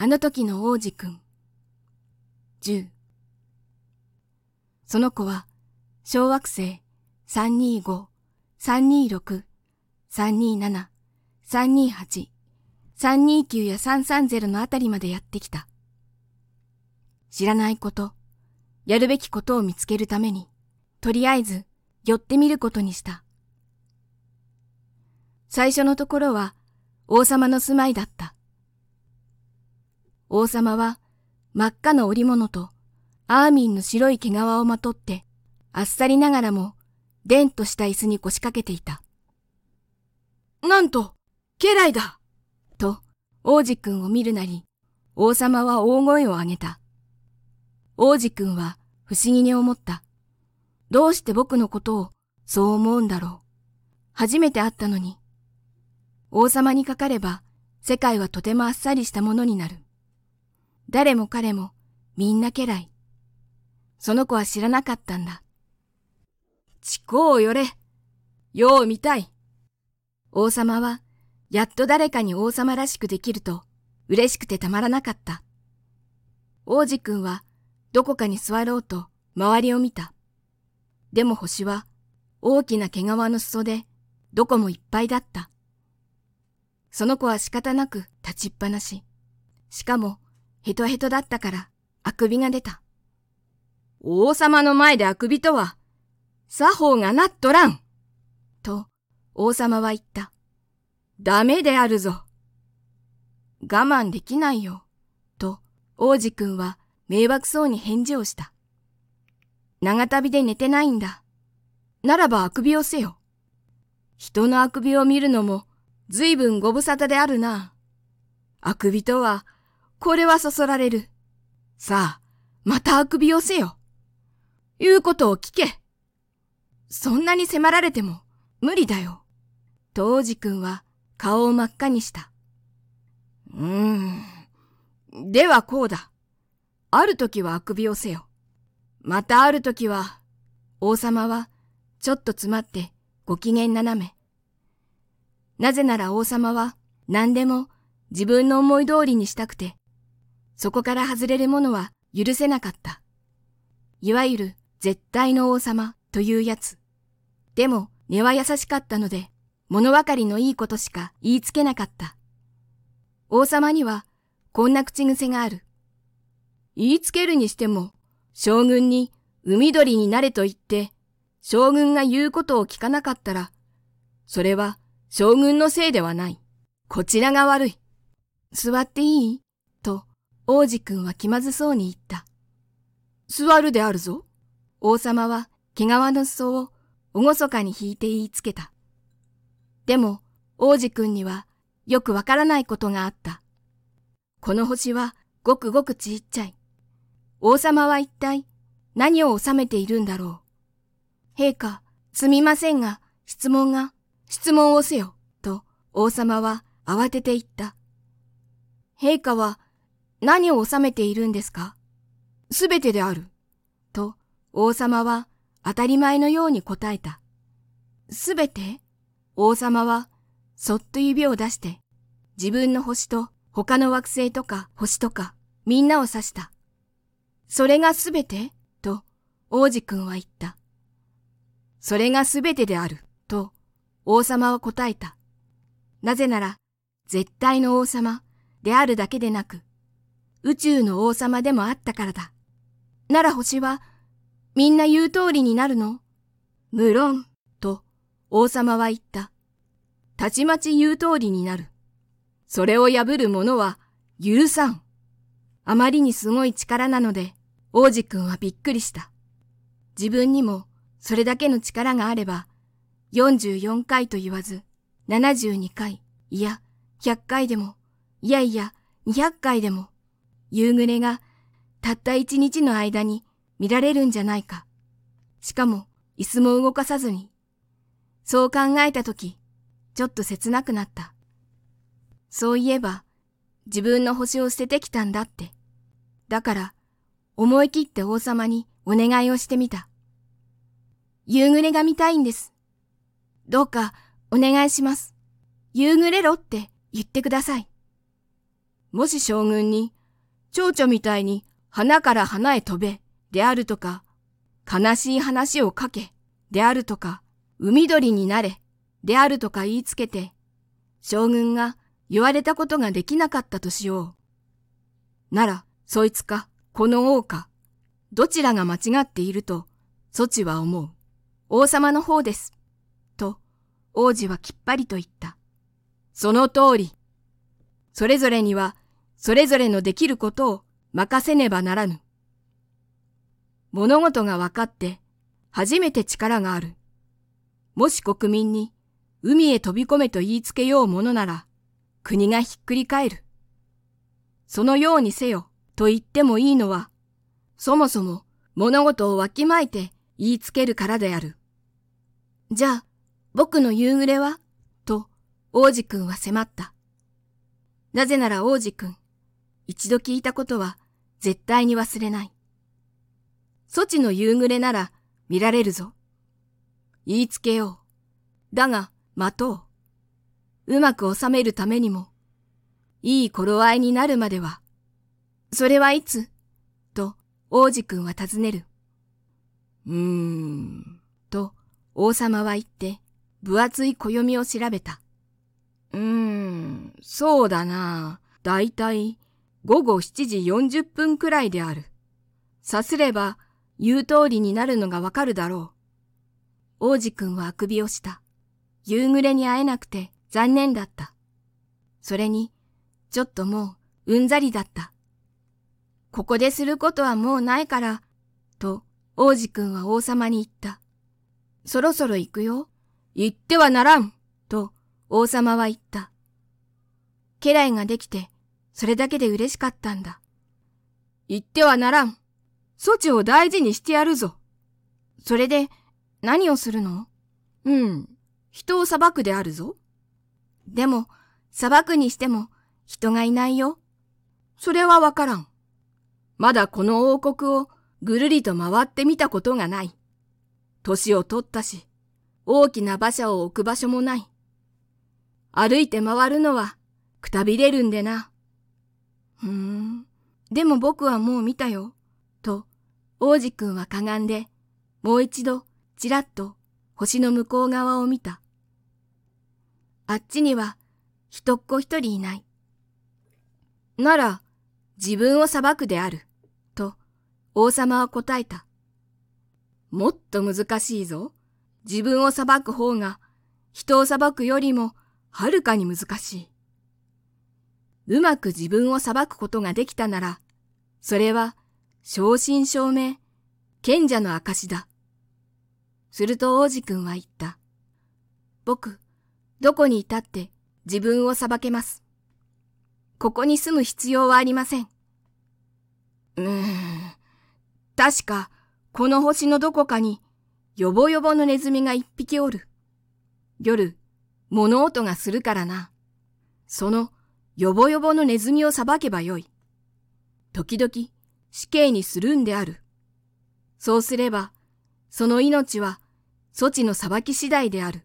あの時の王子くん。10。その子は小惑星325、326、327、328、329や330のあたりまでやってきた。知らないこと、やるべきことを見つけるために、とりあえず寄ってみることにした。最初のところは王様の住まいだった。王様は真っ赤な織物とアーミンの白い毛皮をまとって、あっさりながらもでんとした椅子に腰掛けていた。なんと、家来だと王子くんを見るなり、王様は大声を上げた。王子くんは不思議に思った。どうして僕のことをそう思うんだろう。初めて会ったのに。王様にかかれば世界はとてもあっさりしたものになる。誰も彼もみんな家来。その子は知らなかったんだ。ちこうよれ。よう見たい。王様はやっと誰かに王様らしくできると嬉しくてたまらなかった。王子くんはどこかに座ろうと周りを見た。でも星は大きな毛皮の裾でどこもいっぱいだった。その子は仕方なく立ちっぱなし。しかもヘトヘトだったからあくびが出た。王様の前であくびとは作法がなっとらん。と王様は言った。ダメであるぞ。我慢できないよ。と王子くんは迷惑そうに返事をした。長旅で寝てないんだ。ならばあくびをせよ。人のあくびを見るのもずいぶんご無沙汰であるな。あくびとは、これはそそられる。さあ、またあくびをせよ。言うことを聞け。そんなに迫られても無理だよ。と王子くんは顔を真っ赤にした。ではこうだ。あるときはあくびをせよ。またあるときは、王様はちょっと詰まってご機嫌斜め。なぜなら王様は何でも自分の思い通りにしたくて、そこから外れるものは許せなかった。いわゆる絶対の王様というやつ。でも根は優しかったので、物分かりのいいことしか言いつけなかった。王様にはこんな口癖がある。言いつけるにしても、将軍に海鳥になれと言って、将軍が言うことを聞かなかったら、それは将軍のせいではない。こちらが悪い。座っていい？と王子くんは気まずそうに言った。座るであるぞ。王様は毛皮の裾を厳かに引いて言いつけた。でも王子くんにはよくわからないことがあった。この星はごくごくちっちゃい。王様は一体何を収めているんだろう。陛下、すみませんが、質問をせよ、と王様は慌てて言った。陛下は何を収めているんですか？すべてである。と王様は当たり前のように答えた。すべて？王様はそっと指を出して自分の星と他の惑星とか星とかみんなを指した。それがすべて？と王子くんは言った。それがすべてである。と王様は答えた。なぜなら絶対の王様であるだけでなく宇宙の王様でもあったからだ。なら星はみんな言う通りになるの？無論、と王様は言った。たちまち言う通りになる。それを破る者は許さん。あまりにすごい力なので王子くんはびっくりした。自分にもそれだけの力があれば44回と言わず72回、いや100回でも、いやいや200回でも夕暮れがたった1日の間に見られるんじゃないか。しかも椅子も動かさずに。そう考えたとき、ちょっと切なくなった。そういえば自分の星を捨ててきたんだって。だから思い切って王様にお願いをしてみた。夕暮れが見たいんです。どうかお願いします。夕暮れろって言ってください。 もし将軍に、蝶々みたいに花から花へ飛べ、であるとか、悲しい話を書け、であるとか、海鳥になれ、であるとか言いつけて、将軍が言われたことができなかったとしよう。なら、そいつか、この王か、どちらが間違っていると、そちは思う。王様の方です。と、王子はきっぱりと言った。その通り。それぞれには、それぞれのできることを任せねばならぬ。物事が分かって、初めて力がある。もし国民に、海へ飛び込めと言いつけようものなら、国がひっくり返る。そのようにせよ、と言ってもいいのは、そもそも物事をわきまえて言いつけるからである。じゃあ、僕の夕暮れはと、王子くんは迫った。なぜなら王子くん、一度聞いたことは絶対に忘れない。そちの夕暮れなら見られるぞ。言いつけよう。だが、待とう。うまく収めるためにも、いい頃合いになるまでは。それはいつと王子くんは尋ねる。と王様は言って分厚い暦を調べた。そうだな。だいたい午後7時40分くらいである。さすれば言う通りになるのがわかるだろう。王子くんはあくびをした。夕暮れに会えなくて残念だった。それに、ちょっともううんざりだった。ここですることはもうないから、と王子くんは王様に言った。そろそろ行くよ。行ってはならん、と王様は言った。家来ができて、それだけで嬉しかったんだ。行ってはならん。そちを大事にしてやるぞ。それで、何をするの？人を裁くであるぞ。でも、裁くにしても人がいないよ。それはわからん。まだこの王国をぐるりと回ってみたことがない。年を取ったし、大きな馬車を置く場所もない。歩いて回るのはくたびれるんでな。でも僕はもう見たよ。と、王子くんはかがんで、もう一度ちらっと星の向こう側を見た。あっちには人っ子一人いない。なら、自分を裁くである。と、王様は答えた。もっと難しいぞ。自分を裁く方が、人を裁くよりもはるかに難しい。うまく自分を裁くことができたなら、それは正真正銘、賢者の証だ。すると王子くんは言った。僕、どこにいたって自分を裁けます。ここに住む必要はありません。確か、この星のどこかに、よぼよぼのネズミが一匹おる。夜、物音がするからな。その、よぼよぼのネズミを裁けばよい。時々、死刑にするんである。そうすれば、その命は、そちの裁き次第である。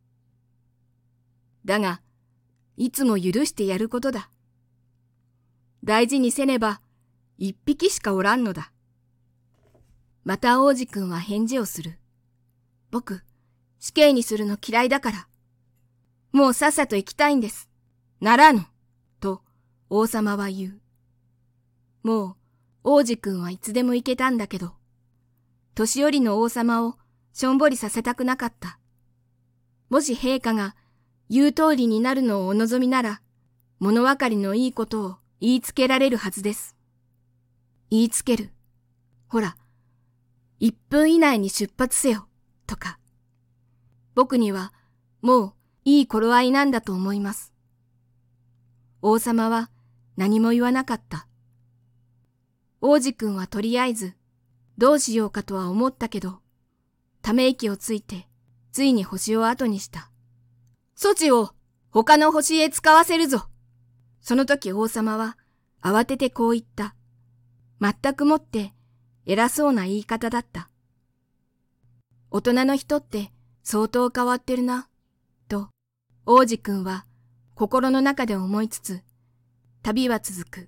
だが、いつも許してやることだ。大事にせねば、一匹しかおらんのだ。また王子くんは返事をする。僕、死刑にするの嫌いだから。もうさっさと行きたいんです。ならぬ。と、王様は言う。もう、王子くんはいつでも行けたんだけど、年寄りの王様をしょんぼりさせたくなかった。もし陛下が言う通りになるのをお望みなら、物分かりのいいことを言いつけられるはずです。言いつける。ほら、1分以内に出発せよ、とか。僕にはもういい頃合いなんだと思います。王様は何も言わなかった。王子くんはとりあえずどうしようかとは思ったけど、ため息をついてついに星を後にした。そちを他の星へ使わせるぞ。その時王様は慌ててこう言った。全くもって偉そうな言い方だった。大人の人って相当変わってるな、と王子くんは心の中で思いつつ、 旅は続く。